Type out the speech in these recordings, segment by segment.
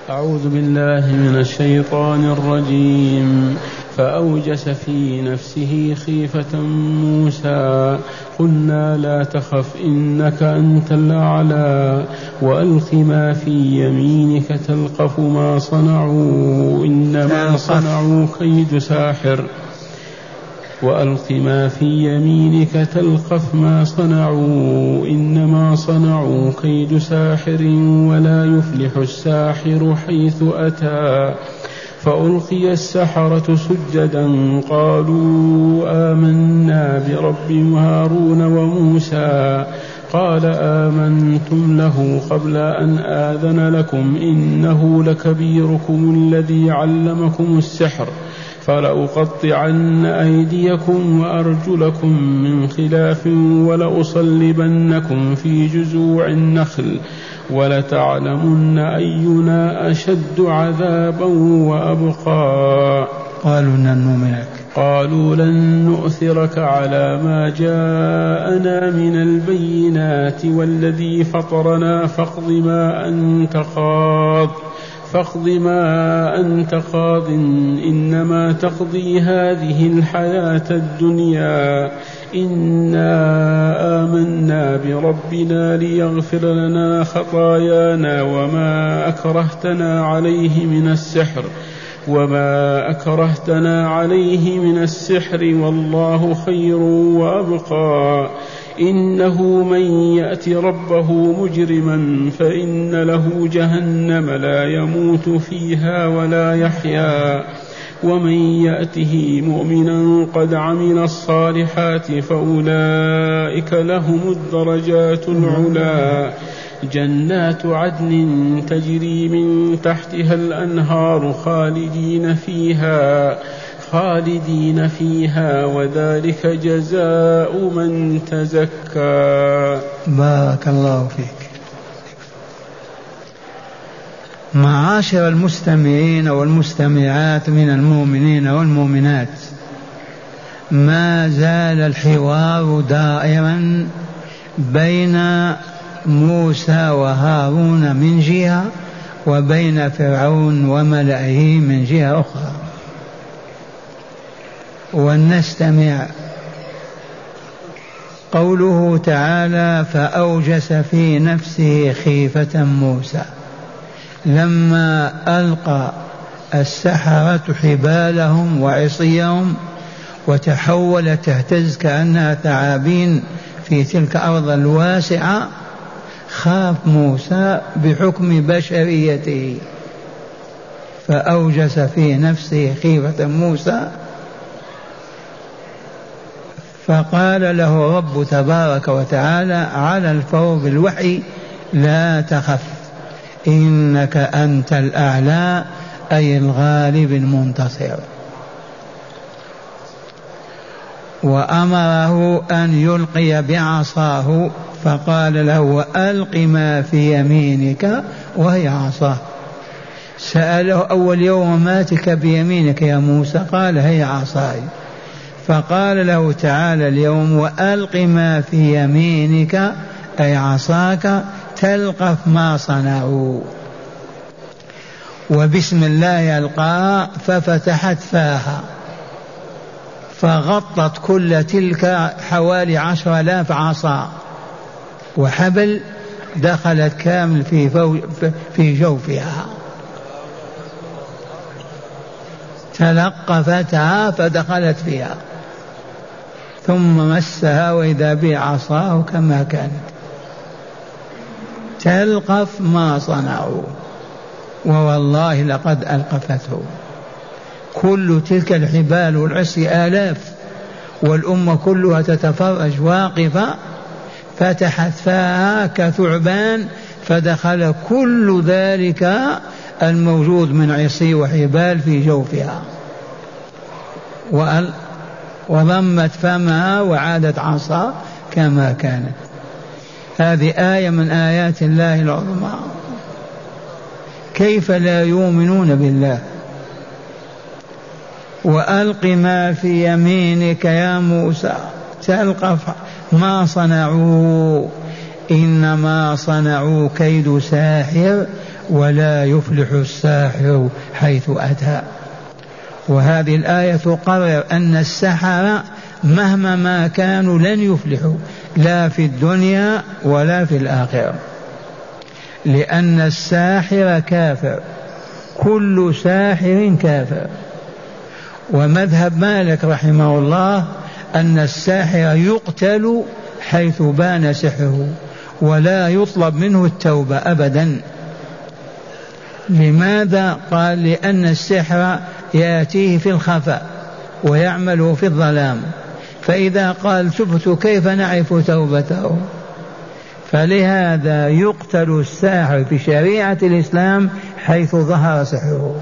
أعوذ بالله من الشيطان الرجيم. فأوجس في نفسه خيفة موسى قلنا لا تخف إنك أنت الأعلى وألق ما في يمينك تلقف ما صنعوا إنما صنعوا كيد ساحر وألق ما في يمينك تلقف ما صنعوا إنما صنعوا كيد ساحر ولا يفلح الساحر حيث أتى. فألقي السحرة سجدا قالوا آمنا برب هارون وموسى قال آمنتم له قبل أن آذن لكم إنه لكبيركم الذي علمكم السحر فلأقطعن أيديكم وأرجلكم من خلاف ولأصلبنكم في جذوع النخل ولتعلمن أينا أشد عذابا وأبقى. قالوا لن نؤثرك على ما جاءنا من البينات والذي فطرنا فاقض ما أنت قاض إنما تقضي هذه الحياة الدنيا إنا آمنا بربنا ليغفر لنا خطايانا وما أكرهتنا عليه من السحر والله خير وأبقى. إنه من يأت ربه مجرما فإن له جهنم لا يموت فيها ولا يحيا ومن يأته مؤمنا قد عمل الصالحات فأولئك لهم الدرجات العلا جنات عدن تجري من تحتها الأنهار خالدين فيها وذلك جزاء من تزكى. بارك الله فيك. معاشر المستمعين والمستمعات من المؤمنين والمؤمنات، ما زال الحوار دائرا بين موسى وهارون من جهة وبين فرعون وملئه من جهة أخرى، ونستمع قوله تعالى فأوجس في نفسه خيفة موسى لما ألقى السحرة حبالهم وعصيهم وتحولت تهتز كأنها ثعابين في تلك الأرض الواسعة، خاف موسى بحكم بشريته فأوجس في نفسه خيفة موسى، فقال له رب تبارك وتعالى على الفور بالوحي لا تخف إنك أنت الأعلى أي الغالب المنتصر. وأمره أن يلقي بعصاه فقال له ألق ما في يمينك وهي عصاه. سأله أول يوم ما تلك بيمينك يا موسى؟ قال هي عصاي. فقال له تعالى اليوم وألق ما في يمينك أي عصاك تلقف ما صنعوا، وبسم الله ألقاها ففتحت فاها فغطت كل تلك حوالي 10,000 عصا وحبل دخلت كامل في جوفها، تلقفتها فدخلت فيها ثم مسها وإذا بعصاه كما كانت تلقف ما صنعوا، ووالله لقد ألقفته. كل تلك الحبال والعصي آلاف والأمة كلها تتفرج واقفة، فتحت فاها كثعبان فدخل كل ذلك الموجود من عصي وحبال في جوفها وضمت فمها وعادت عصا كما كانت. هذه آية من آيات الله العظمى. كيف لا يؤمنون بالله؟ وألق ما في يمينك يا موسى تلقف ما صنعوا إنما صنعوا كيد ساحر ولا يفلح الساحر حيث أتى. وهذه الآية تقرر أن السحرة مهما ما كانوا لن يفلحوا لا في الدنيا ولا في الآخرة، لأن الساحر كافر، كل ساحر كافر. ومذهب مالك رحمه الله أن الساحر يقتل حيث بان سحره ولا يطلب منه التوبة أبدا. لماذا؟ قال لأن السحر يأتيه في الخفاء ويعمل في الظلام، فإذا قال تبت كيف نعرف توبته؟ فلهذا يقتل الساحر في شريعة الإسلام حيث ظهر سحره.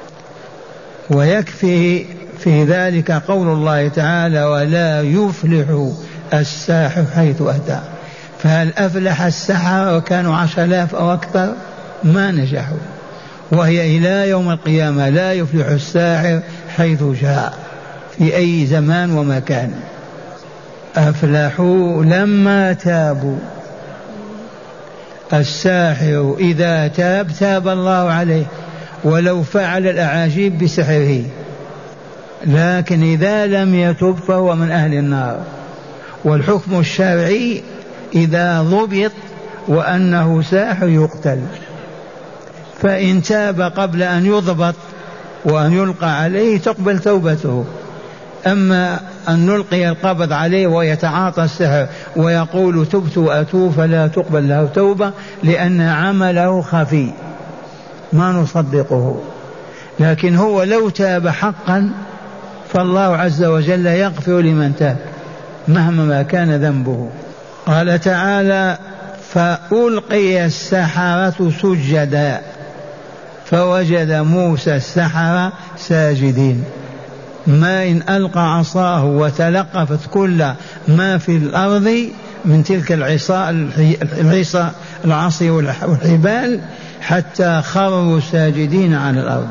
ويكفي في ذلك قول الله تعالى ولا يفلح الساحر حيث أتى. فهل أفلح السحر وكانوا 10,000 أو أكثر؟ ما نجحوا. وهي إلى يوم القيامة لا يفلح الساحر حيث جاء في أي زمان ومكان. أفلحوا لما تابوا. الساحر إذا تاب تاب الله عليه ولو فعل الأعاجيب بسحره، لكن إذا لم يتب فهو من أهل النار. والحكم الشرعي إذا ضبط وأنه ساحر يقتل، فإن تاب قبل أن يضبط وأن يلقى عليه تقبل توبته. أما أن نلقي القبض عليه ويتعاطى السحر ويقول تبت وأتوب فلا تقبل له توبة، لأن عمله خفي ما نصدقه. لكن هو لو تاب حقا فالله عز وجل يغفر لمن تاب مهما ما كان ذنبه. قال تعالى فألقي السحرة سجدا فوجد موسى السحرة ساجدين. ما إن ألقى عصاه وتلقفت كل ما في الأرض من تلك العصي والحبال حتى خروا ساجدين على الأرض.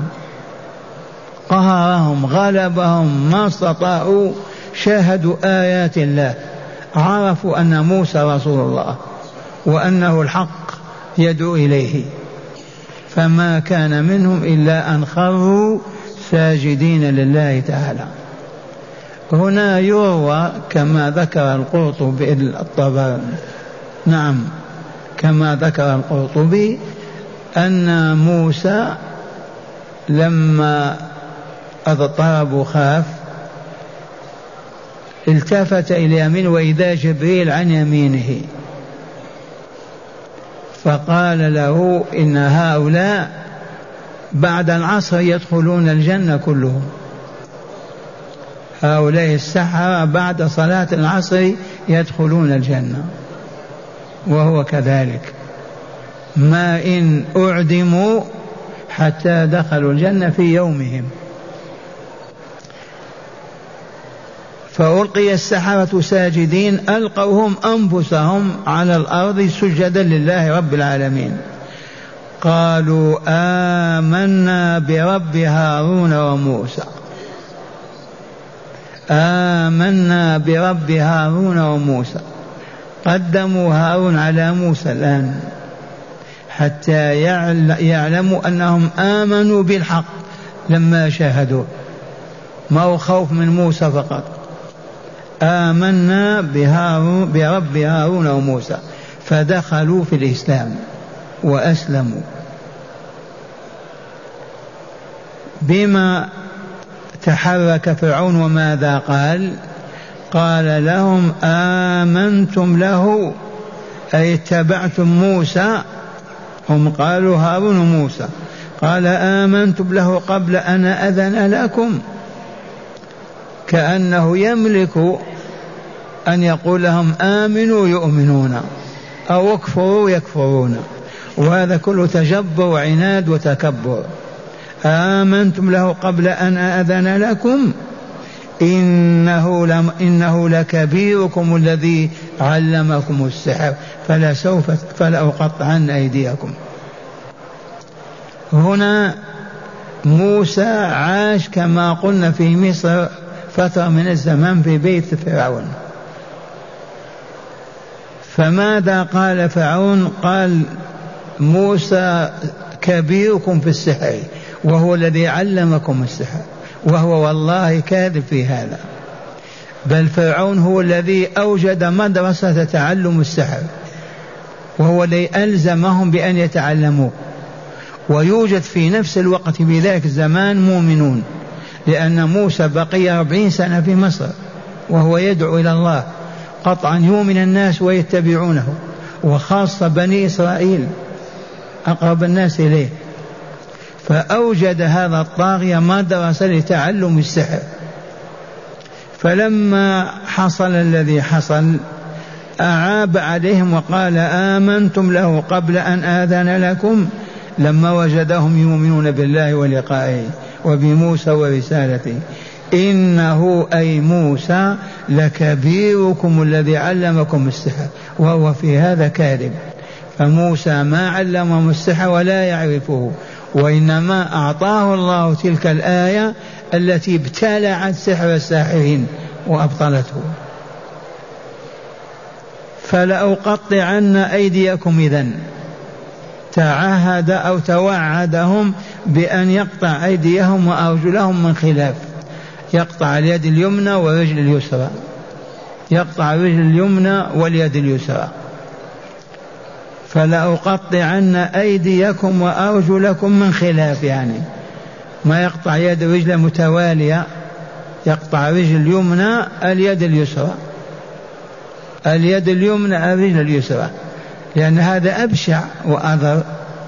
قهرهم غلبهم ما استطاعوا، شاهدوا آيات الله، عرفوا أن موسى رسول الله وأنه الحق يدعو إليه، فما كان منهم إلا أن خروا ساجدين لله تعالى. هنا يروى كما ذكر القرطبي الطبراني، نعم كما ذكر القرطبي أن موسى لما اضطرب وخاف التفت إلى يمينه وإذا جبريل عن يمينه فقال له إن هؤلاء بعد العصر يدخلون الجنة كلهم، هؤلاء السحرة بعد صلاة العصر يدخلون الجنة. وهو كذلك، ما إن أعدموا حتى دخلوا الجنة في يومهم. فألقي السحرة ساجدين ألقوهم أنفسهم على الأرض سجدا لله رب العالمين. قالوا آمنا برب هارون وموسى، آمنا برب هارون وموسى. قدموا هارون على موسى الآن حتى يعلموا أنهم آمنوا بالحق لما شاهدوا، ما هو خوف من موسى فقط. آمنا برب هارون وموسى، فدخلوا في الإسلام وأسلموا. بما تحرك فرعون وماذا قال؟ قال لهم آمنتم له أي اتبعتم موسى. هم قالوا هارون وموسى، قال آمنتم له قبل أن أذن لكم، كأنه يملك أن يقول لهم آمنوا يؤمنون أو اكفروا يكفرون، وهذا كله تجبر وعناد وتكبر. آمنتم له قبل أن أذن لكم إنه لكبيركم الذي علمكم السحر فلأقطعن أيديكم. هنا موسى عاش كما قلنا في مصر فترة من الزمان في بيت فرعون. فماذا قال فرعون؟ قال موسى كبيركم في السحر وهو الذي علمكم السحر، وهو والله كاذب في هذا. بل فرعون هو الذي أوجد مدرسة تعلم السحر، وهو الذي ألزمهم بأن يتعلموه. ويوجد في نفس الوقت في ذلك الزمان مؤمنون، لأن موسى بقي 40 سنة في مصر وهو يدعو إلى الله، قطعا يؤمن الناس ويتبعونه، وخاصة بني إسرائيل أقرب الناس إليه. فأوجد هذا الطاغية مدرسة لتعلم السحر. فلما حصل الذي حصل أعاب عليهم وقال آمنتم له قبل أن آذن لكم، لما وجدهم يؤمنون بالله ولقائه وبموسى ورسالته. إنه أي موسى لكبيركم الذي علمكم السحر، وهو في هذا كاذب. فموسى ما علمهم السحر ولا يعرفه، وإنما أعطاه الله تلك الآية التي ابتلعت سحر الساحرين وأبطلته. فلأقطعن أيديكم، إذن تعهد أو توعدهم بأن يقطع أيديهم وأرجلهم من خلاف، يقطع اليد اليمنى والرجل اليسرى، يقطع الرجل اليمنى واليد اليسرى. فلأقطعن أيديكم وأرجلكم من خلاف، يعني ما يقطع يد رجل متوالية، يقطع رجل اليمنى اليد اليسرى، اليد اليمنى الرجل اليسرى، لأن هذا أبشع وأضر.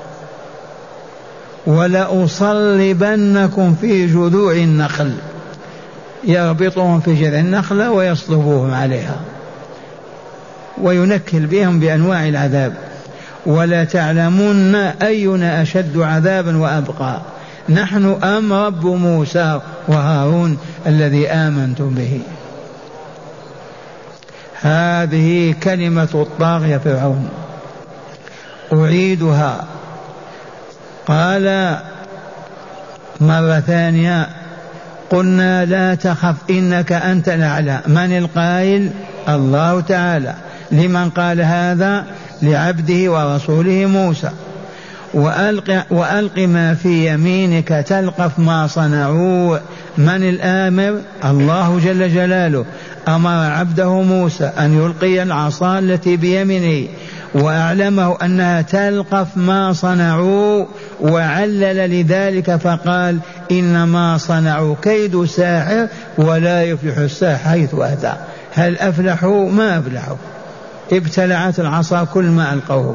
ولأصلبنكم في جذوع النخل، يربطهم في جذع النخلة ويصلبوهم عليها وينكل بهم بأنواع العذاب. ولا تعلمون أينا أشد عذابا وأبقى، نحن أم رب موسى وهارون الذي آمنتم به. هذه كلمة الطاغية فرعون. أعيدها. قال مرة ثانية قلنا لا تخف إنك أنت الأعلى. من القائل؟ الله تعالى. لمن قال هذا؟ لعبده ورسوله موسى. وألق ما في يمينك تلقف ما صنعوا. من الآمر؟ الله جل جلاله أمر عبده موسى أن يلقي العصا التي بيمينه، وأعلمه أنها تلقف ما صنعوا، وعلل لذلك فقال إنما صنعوا كيد ساحر ولا يفلح الساحر حيث أتى. هل أفلحوا؟ ما أفلحوا، ابتلعت العصا كل ما ألقوه.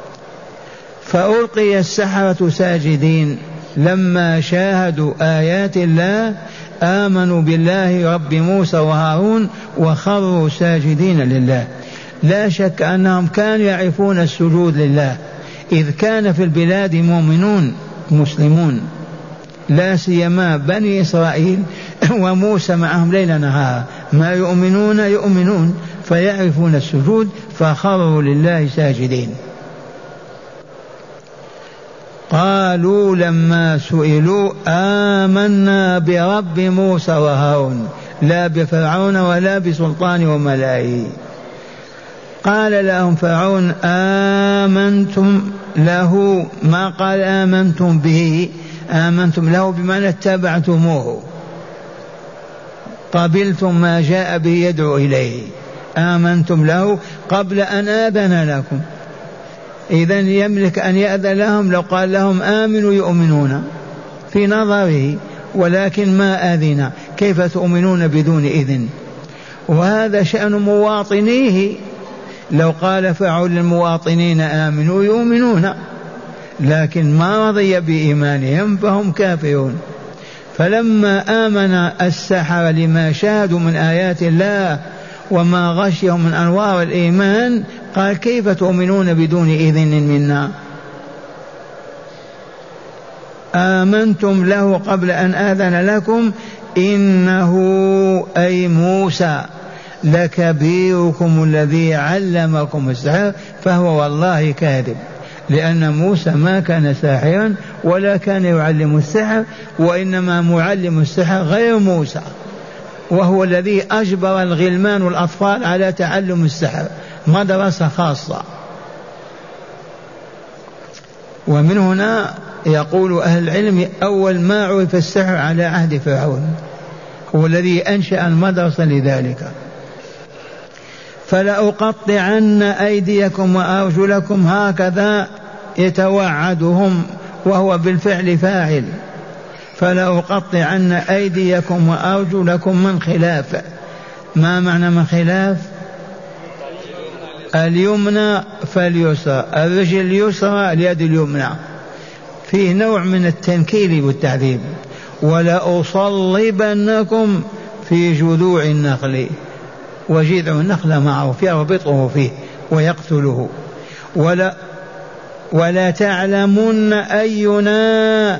فألقي السحرة ساجدين، لما شاهدوا آيات الله آمنوا بالله رب موسى وهارون وخروا ساجدين لله. لا شك أنهم كانوا يعرفون السجود لله، إذ كان في البلاد مؤمنون مسلمون، لا سيما بني إسرائيل وموسى معهم ليل نهار، ما يؤمنون فيعرفون السجود، فخروا لله ساجدين. قالوا لما سئلوا آمنا برب موسى وهارون، لا بفرعون ولا بسلطان وملائه. قال لهم فرعون آمنتم له، ما قال آمنتم به، آمنتم له بمعنى اتبعتموه، قبلتم ما جاء به يدعو إليه، آمنتم له قبل أن آذن لكم. إذن يملك أن يأذن لهم، لو قال لهم آمنوا يؤمنون في نظره، ولكن ما آذن، كيف تؤمنون بدون إذن؟ وهذا شأن مواطنيه، لو قال فرعون للمواطنين آمنوا يؤمنون، لكن ما رضي بإيمانهم فهم كافرون. فلما آمن السحرة لما شاهدوا من آيات الله وما غشيهم من أنوار الإيمان، قال كيف تؤمنون بدون إذن منا؟ آمنتم له قبل أن آذن لكم إنه أي موسى لكبيركم الذي علمكم السحر، فهو والله كاذب، لأن موسى ما كان ساحرا ولا كان يعلم السحر، وإنما معلم السحر غير موسى، وهو الذي أجبر الغلمان والأطفال على تعلم السحر، مدرسة خاصة. ومن هنا يقول أهل العلم أول ما عرف السحر على عهد فرعون، هو الذي أنشأ المدرسة لذلك. فلأقطعن أيديكم وأرجلكم، هكذا يتوعدهم وهو بالفعل فاعل. فلأقطعن أيديكم وأرجلكم من خلاف. ما معنى من خلاف؟ اليمنى فاليسرى، الرجل اليسرى اليد اليمنى، فيه نوع من التنكيل والتعذيب. ولأصلبنكم في جذوع النخل، وجذع النخل معه يربطه فيه ويقتله. ولا تعلمن أينا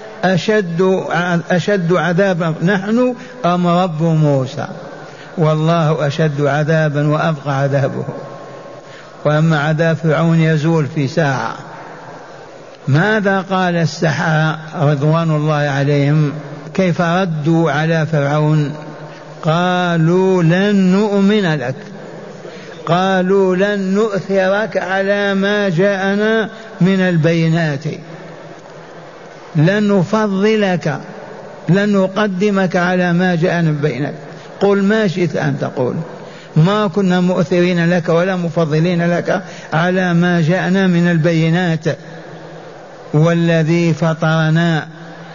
أشد عذابا، نحن أم رب موسى، والله أشد عذابا وأبقى عذابه. وأما عذاب فرعون يزول في ساعة. ماذا قال السحرة رضوان الله عليهم؟ كيف ردوا على فرعون؟ قالوا لن نؤمن لك، قالوا لن نؤثرك على ما جاءنا من البينات، لن نفضلك، لن نقدمك على ما جاءنا من البينات. قل ما شئت أن تقول، ما كنا مؤثرين لك ولا مفضلين لك على ما جاءنا من البينات. والذي فطرنا،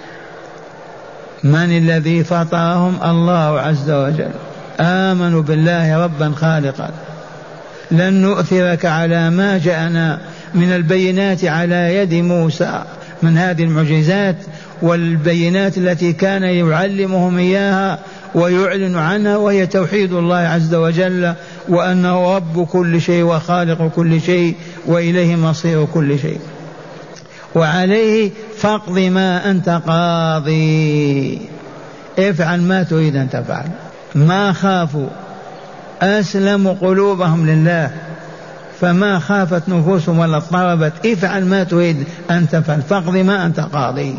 من الذي فطرهم؟ الله عز وجل. آمنوا بالله ربا خالقا. لن نؤثرك على ما جاءنا من البينات على يد موسى من هذه المعجزات والبينات التي كان يعلمهم إياها ويعلن عنها، وهي توحيد الله عز وجل، وأنه رب كل شيء وخالق كل شيء وإليه مصير كل شيء. وعليه فاقض ما أنت قاضي، افعل ما تريد أن تفعل. ما خافوا، أسلموا قلوبهم لله، فما خافت نفوسهم ولا اضطربت. افعل ما تريد أن تفعل، فاقض ما أنت قاضي،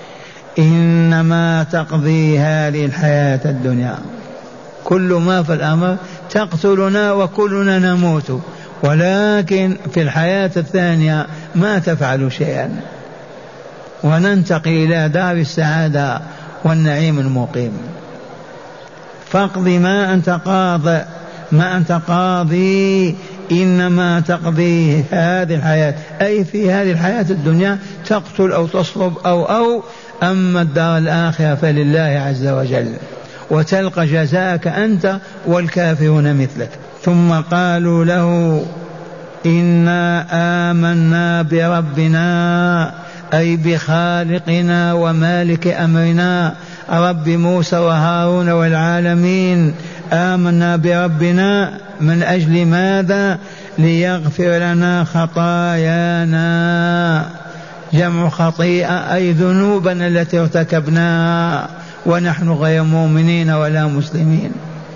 إنما تقضي هذه الحياة الدنيا. كل ما في الأمر تقتلنا وكلنا نموت، ولكن في الحياة الثانية ما تفعل شيئا، وننتقل إلى دار السعادة والنعيم المقيم. فاقض ما أنت قاض، ما أنت قاضي، إنما تقضي هذه الحياة، أي في هذه الحياة الدنيا تقتل أو تصلب أو أما الدار الآخرة فلله عز وجل، وتلقى جزاءك أنت والكافرون مثلك. ثم قالوا له إنا آمنا بربنا، أي بخالقنا ومالك أمرنا، رب موسى وهارون والعالمين. آمنا بربنا من أجل ماذا؟ ليغفر لنا خطايانا، جمع خطيئة أي ذنوبنا التي ارتكبناها ونحن غير مؤمنين ولا مسلمين.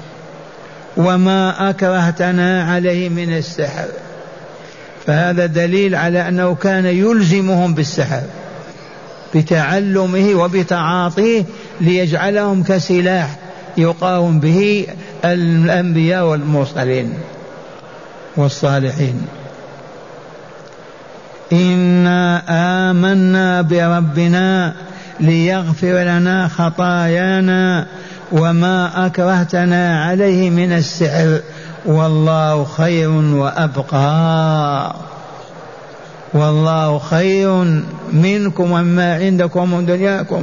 وما أكرهتنا عليه من السحر، فهذا دليل على أنه كان يلزمهم بالسحر بتعلمه وبتعاطيه ليجعلهم كسلاح يقاوم به الأنبياء والمرسلين والصالحين. إنا آمنا بربنا ليغفر لنا خطايانا وما أكرهتنا عليه من السحر، والله خير وأبقى. والله خير منكم وما عندكم من دنياكم،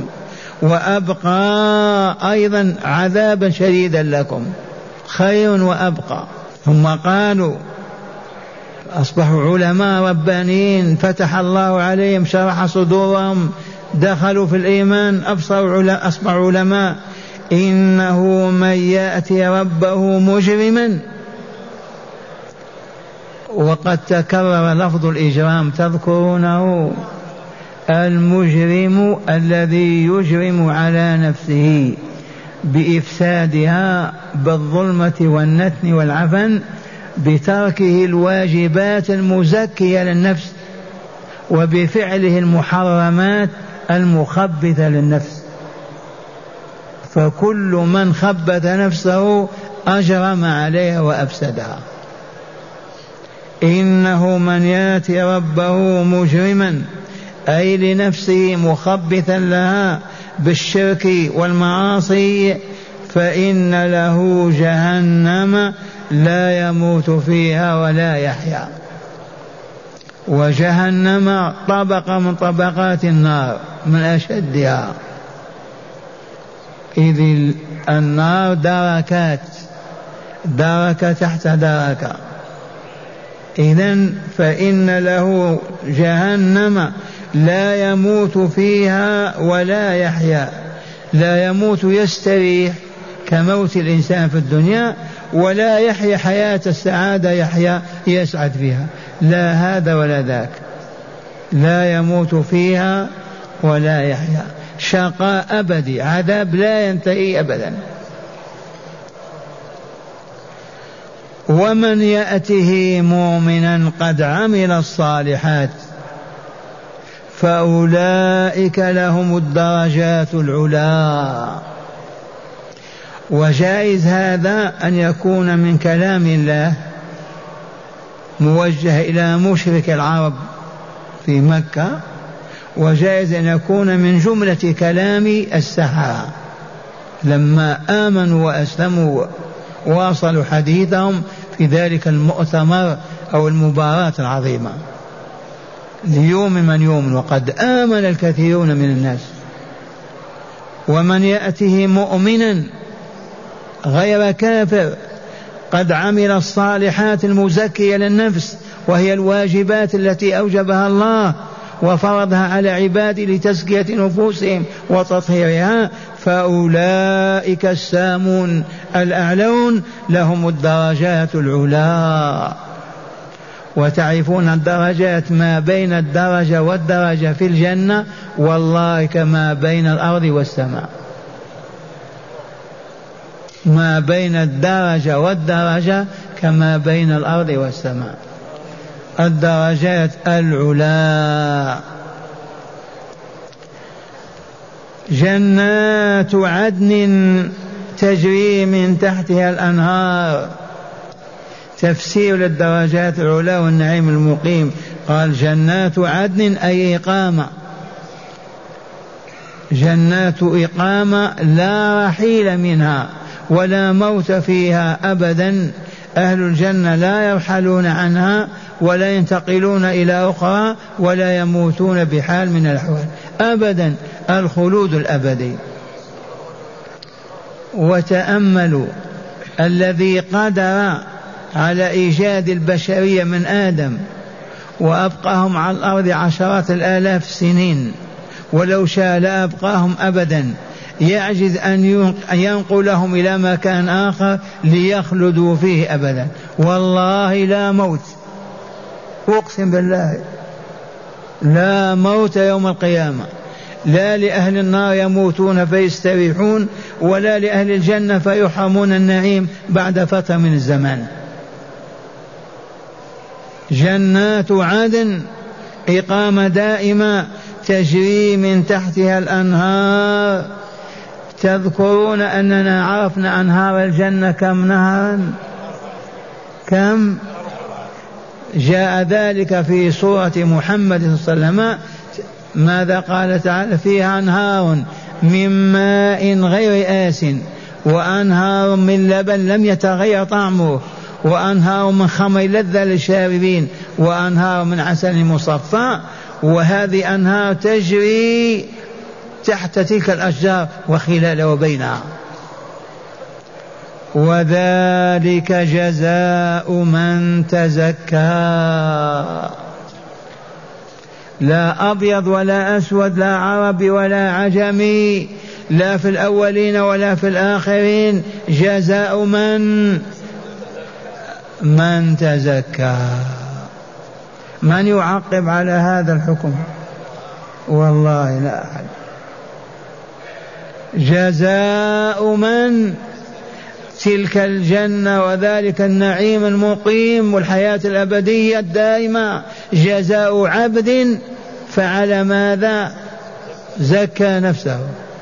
وأبقى أيضا عذابا شديدا لكم، خير وأبقى. ثم قالوا أصبحوا علماء ربانيين، فتح الله عليهم، شرح صدورهم، دخلوا في الإيمان، أصبحوا علماء. إنه من يأتي ربه مجرما، وقد تكرر لفظ الإجرام تذكرونه، المجرم الذي يجرم على نفسه بإفسادها بالظلمة والنتن والعفن، بتركه الواجبات المزكية للنفس وبفعله المحرمات المخبثة للنفس. فكل من خبث نفسه أجرم عليها وأفسدها. إنه من يأتي ربه مجرما أي لنفسه مخبثا لها بالشرك والمعاصي فإن له جهنم لا يموت فيها ولا يحيا. وجهنم طبقة من طبقات النار من أشدها، إذ النار دركات، دركة تحت دركة. إذن فإن له جهنم لا يموت فيها ولا يحيا. لا يموت يستريح كموت الإنسان في الدنيا، ولا يحيا حياة السعادة يحيا يسعد فيها، لا هذا ولا ذاك. لا يموت فيها ولا يحيا، شقاء أبدي، عذاب لا ينتهي أبدا. ومن يأته مؤمنا قد عمل الصالحات فأولئك لهم الدرجات العلى. وجائز هذا أن يكون من كلام الله موجه إلى مشرك العرب في مكة، وجائز أن يكون من جملة كلام السحرة لما آمنوا وأسلموا واصلوا حديثهم في ذلك المؤتمر أو المباراة العظيمة. ليؤمن من يؤمن، وقد آمن الكثيرون من الناس. ومن يأته مؤمنا غير كافر قد عمل الصالحات المزكية للنفس، وهي الواجبات التي أوجبها الله وفرضها على عباده لتزكية نفوسهم وتطهيرها، فأولئك السامون الأعلون لهم الدرجات العلى. وتعرفون الدرجات ما بين الدرجة والدرجة في الجنة والله كما بين الأرض والسماء، ما بين الدرجة والدرجة كما بين الأرض والسماء، الدرجات العلا. جنات عدن تجري من تحتها الأنهار. تفسير للدرجات العلا والنعيم المقيم، قال جنات عدن أي إقامة، جنات إقامة لا رحيل منها ولا موت فيها أبدا. أهل الجنة لا يرحلون عنها ولا ينتقلون إلى أخرى ولا يموتون بحال من الأحوال أبدا، الخلود الأبدي. وتأملوا الذي قدر على إيجاد البشرية من آدم وأبقاهم على الأرض عشرات الآلاف السنين، ولو شاء لأبقاهم أبدا، يعجز أن ينقلهم إلى مكان آخر ليخلدوا فيه أبدا. والله لا موت، أقسم بالله لا موت يوم القيامة، لا لأهل النار يموتون فيستريحون، ولا لأهل الجنة فيحرمون النعيم بعد فترة من الزمان. جنات عدن إقامة دائمة تجري من تحتها الأنهار. تذكرون أننا عرفنا أنهار الجنة كم نهرا؟ كم؟ جاء ذلك في سورة محمد صلى الله عليه وسلم. ماذا قال تعالى؟ فيها أنهار من ماء غير آس، وأنهار من لبن لم يتغير طعمه، وأنهار من خمر لذة للشاربين، وأنهار من عسل مصفى. وهذه أنهار تجري تحت تلك الأشجار وخلال وبينها. وذلك جزاء من تزكى. لا أبيض ولا أسود، لا عربي ولا عجمي، لا في الأولين ولا في الآخرين، جزاء من تزكى. من يعقب على هذا الحكم؟ والله لا أحد. جزاء من، تلك الجنة وذلك النعيم المقيم والحياة الأبدية الدائمة، جزاء عبد فعل ماذا؟ زكى نفسه.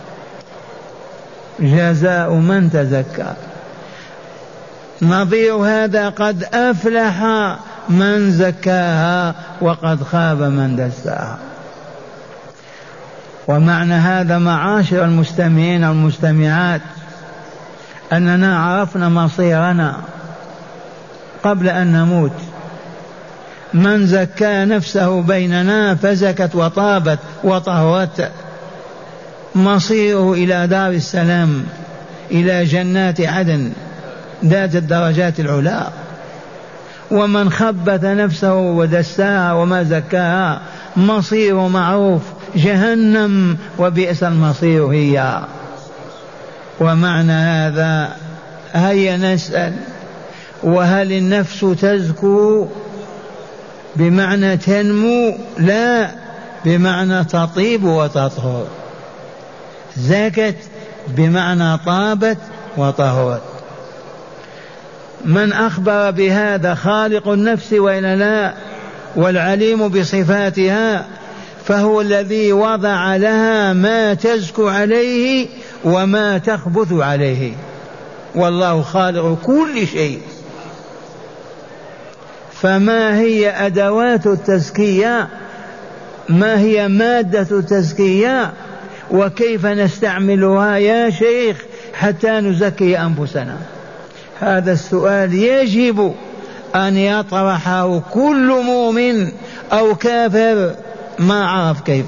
جزاء من تزكى. نظير هذا قد أفلح من زكاها وقد خاب من دساها. ومعنى هذا معاشر المستمعين والمستمعات أننا عرفنا مصيرنا قبل أن نموت. من زكى نفسه بيننا فزكت وطابت وطهرت، مصيره إلى دار السلام، إلى جنات عدن ذات الدرجات العلى. ومن خبث نفسه ودساها وما زكاها مصيره معروف، جهنم وبئس المصير هي. ومعنى هذا هيا نسأل، وهل النفس تزكو بمعنى تنمو؟ لا، بمعنى تطيب وتطهر. زكت بمعنى طابت وطهرت. من أخبر بهذا خالق النفس وإلا لا، والعليم بصفاتها، فهو الذي وضع لها ما تزكو عليه وما تخبث عليه، والله خالق كل شيء. فما هي أدوات التزكية؟ ما هي مادة التزكية؟ وكيف نستعملها يا شيخ حتى نزكي أنفسنا؟ هذا السؤال يجب أن يطرحه كل مؤمن أو كافر ما عرف كيف.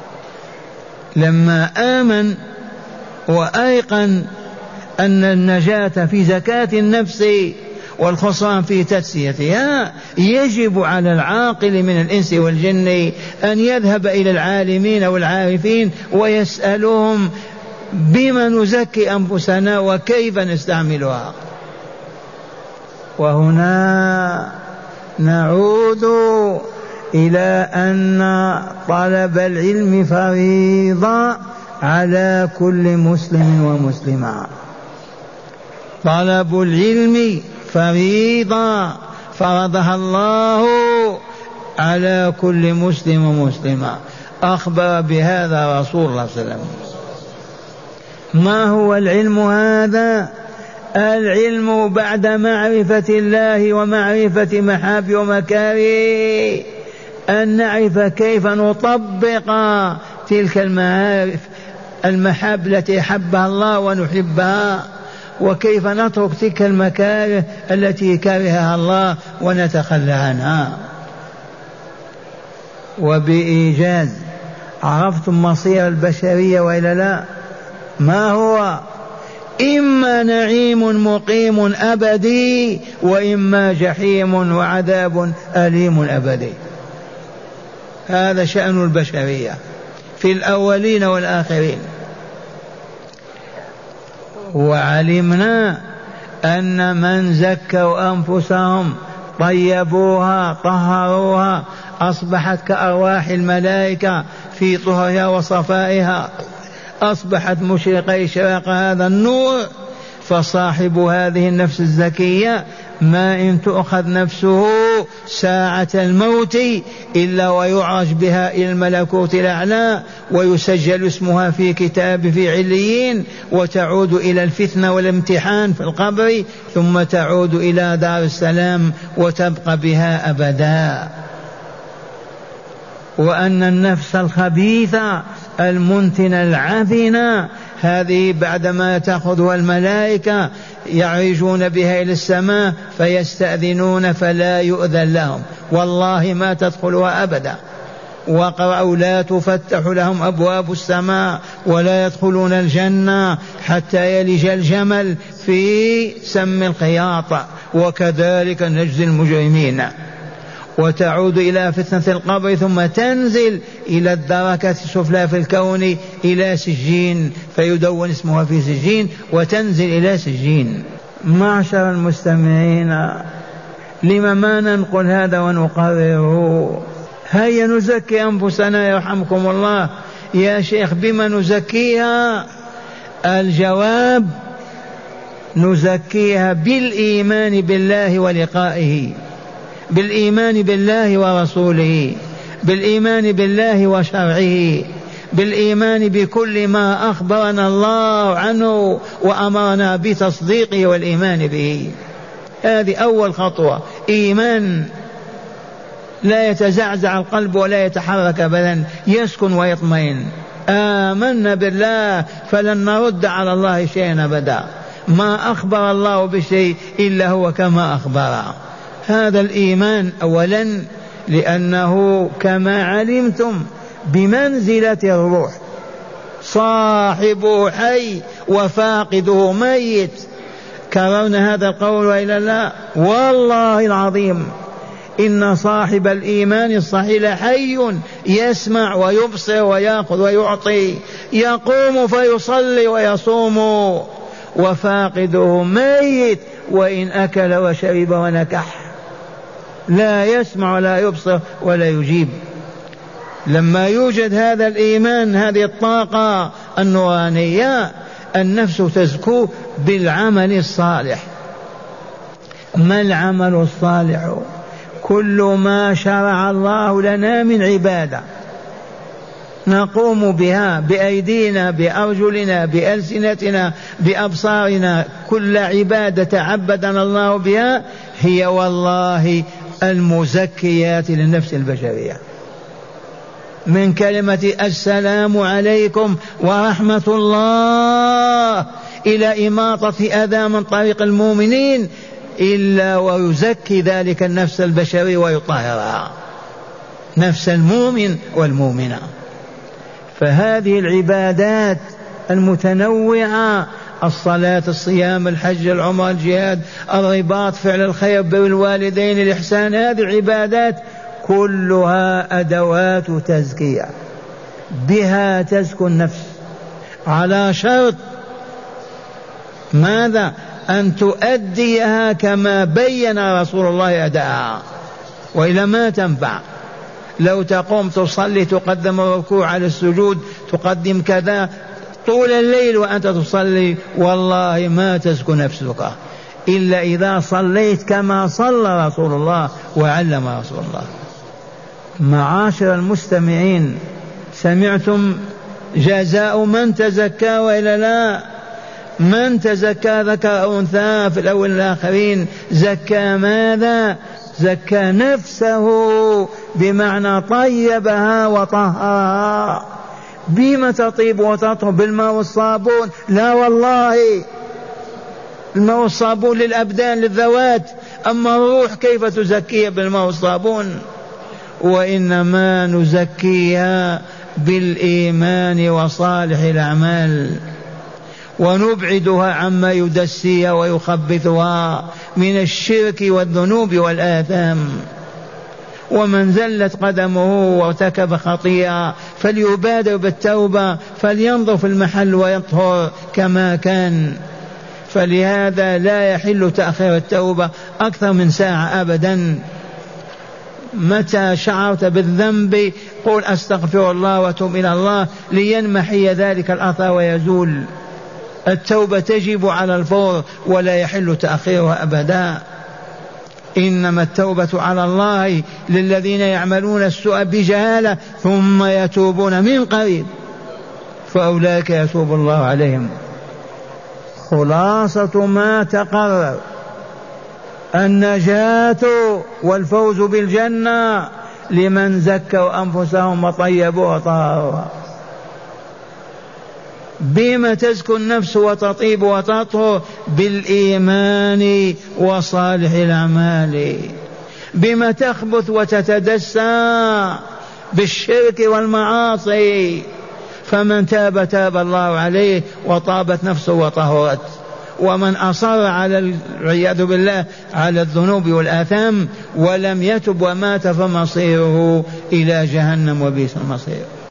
لما آمن وأيقن أن النجاة في زكاة النفس والخسران في تجزيتها، يجب على العاقل من الإنس والجن أن يذهب إلى العالمين والعارفين ويسألهم بما نزكي أنفسنا وكيف نستعملها. وهنا نعود إلى أن طلب العلم فريضة على كل مسلم ومسلمة. طلب العلم فريضة فرضها الله على كل مسلم ومسلمة، أخبر بهذا رسول الله صلى الله عليه وسلم. ما هو العلم هذا؟ العلم بعد معرفة الله ومعرفة محاب ومكاره أن نعرف كيف نطبق تلك المعارف، المحاب التي حبها الله ونحبها، وكيف نترك تلك المكاره التي كرهها الله ونتخلى عنها. وبإيجاز عرفتم مصير البشرية وإلا لا؟ ما هو؟ إما نعيم مقيم أبدي، وإما جحيم وعذاب أليم أبدي. هذا شأن البشرية في الأولين والآخرين. وعلمنا أن من زكوا أنفسهم طيبوها طهروها أصبحت كأرواح الملائكة في طهرها وصفائها، أصبحت مشرقة إشراق هذا النور. فصاحب هذه النفس الزكية ما إن تؤخذ نفسه ساعة الموت إلا ويعرج بها إلى الملكوت الأعلى ويسجل اسمها في كتاب في عليين، وتعود إلى الفتنة والامتحان في القبر، ثم تعود إلى دار السلام وتبقى بها أبدا. وأن النفس الخبيثة المنتنة العفنة هذه بعدما تأخذها الملائكة يعرجون بها إلى السماء فيستأذنون فلا يؤذن لهم، والله ما تدخلها أبدا. وقرأوا لا تفتح لهم أبواب السماء ولا يدخلون الجنة حتى يلج الجمل في سم الخياط، وكذلك نجزي المجرمين. وتعود إلى فتنة القبر ثم تنزل إلى الدركة السفلى في الكون إلى سجين فيدون اسمها في سجين وتنزل إلى سجين. معشر المستمعين، لما ما ننقل هذا ونقرره؟ هيا نزكي أنفسنا يرحمكم الله. يا شيخ بما نزكيها؟ الجواب نزكيها بالإيمان بالله ولقائه، بالإيمان بالله ورسوله، بالإيمان بالله وشرعه، بالإيمان بكل ما أخبرنا الله عنه وأمرنا بتصديقه والإيمان به. هذه أول خطوة، إيمان لا يتزعزع القلب ولا يتحرك أبدا، يسكن ويطمئن. آمنا بالله فلن نرد على الله شيئا أبدا، ما أخبر الله بشيء إلا هو كما أخبر. هذا الإيمان أولا، لأنه كما علمتم بمنزلة الروح، صاحبه حي وفاقده ميت. كررنا هذا القول وإلا لا؟ والله العظيم إن صاحب الإيمان الصحيح حي يسمع ويبصر ويأخذ ويعطي، يقوم فيصلي ويصوم، وفاقده ميت وإن أكل وشرب ونكح، لا يسمع ولا يبصر ولا يجيب. لما يوجد هذا الإيمان، هذه الطاقة النورانية، النفس تزكو بالعمل الصالح. ما العمل الصالح؟ كل ما شرع الله لنا من عبادة نقوم بها بأيدينا بأرجلنا بألسنتنا بأبصارنا، كل عبادة تعبدنا الله بها هي والله المزكيات للنفس البشرية، من كلمة السلام عليكم ورحمة الله إلى إماطة أذى من طريق المؤمنين، إلا ويزكي ذلك النفس البشرية ويطهرها، نفس المؤمن والمؤمنة. فهذه العبادات المتنوعة، الصلاة الصيام الحج العمرة الجهاد الرباط فعل الخير بالوالدين الإحسان، هذه العبادات كلها أدوات تزكية، بها تزكو النفس، على شرط ماذا؟ أن تؤديها كما بين رسول الله أداءها، وإلا ما تنفع. لو تقوم تصلي تقدم الركوع على السجود، تقدم كذا طول الليل وأنت تصلي، والله ما تزكو نفسك إلا إذا صليت كما صلى رسول الله وعلم رسول الله. معاشر المستمعين، سمعتم جزاء من تزكى وإلا لا؟ من تزكى ذكر أو أنثى في الأول والآخرين زكى ماذا؟ زكى نفسه، بمعنى طيبها وطهرها. بما تطيب وتطهر؟ بالماء والصابون؟ لا والله، الماء والصابون للأبدان للذوات، أما الروح كيف تزكيها بالماء والصابون؟ وإنما نزكيها بالإيمان وصالح الأعمال، ونبعدها عما يدسيها ويخبثها من الشرك والذنوب والآثام. ومن زلت قدمه وارتكب خطيئة فليبادر بالتوبة، فلينظر في المحل ويطهر كما كان. فلهذا لا يحل تأخير التوبة أكثر من ساعة أبدا. متى شعرت بالذنب قل أستغفر الله وتوب إلى الله لينمحي ذلك الأثر ويزول. التوبة تجب على الفور ولا يحل تأخيرها أبدا. إنما التوبة على الله للذين يعملون السوء بجهالة ثم يتوبون من قريب فأولئك يتوب الله عليهم. خلاصة ما تقرر النجاة والفوز بالجنة لمن زكوا أنفسهم وطيبوا وطهروا. بما تزكو النفس وتطيب وتطهر؟ بالإيمان وصالح الأعمال. بما تخبث وتتدسى؟ بالشرك والمعاصي. فمن تاب تاب الله عليه وطابت نفسه وطهرت، ومن أصر على العياذ بالله على الذنوب والآثام ولم يتب ومات فمصيره إلى جهنم وبئس المصير.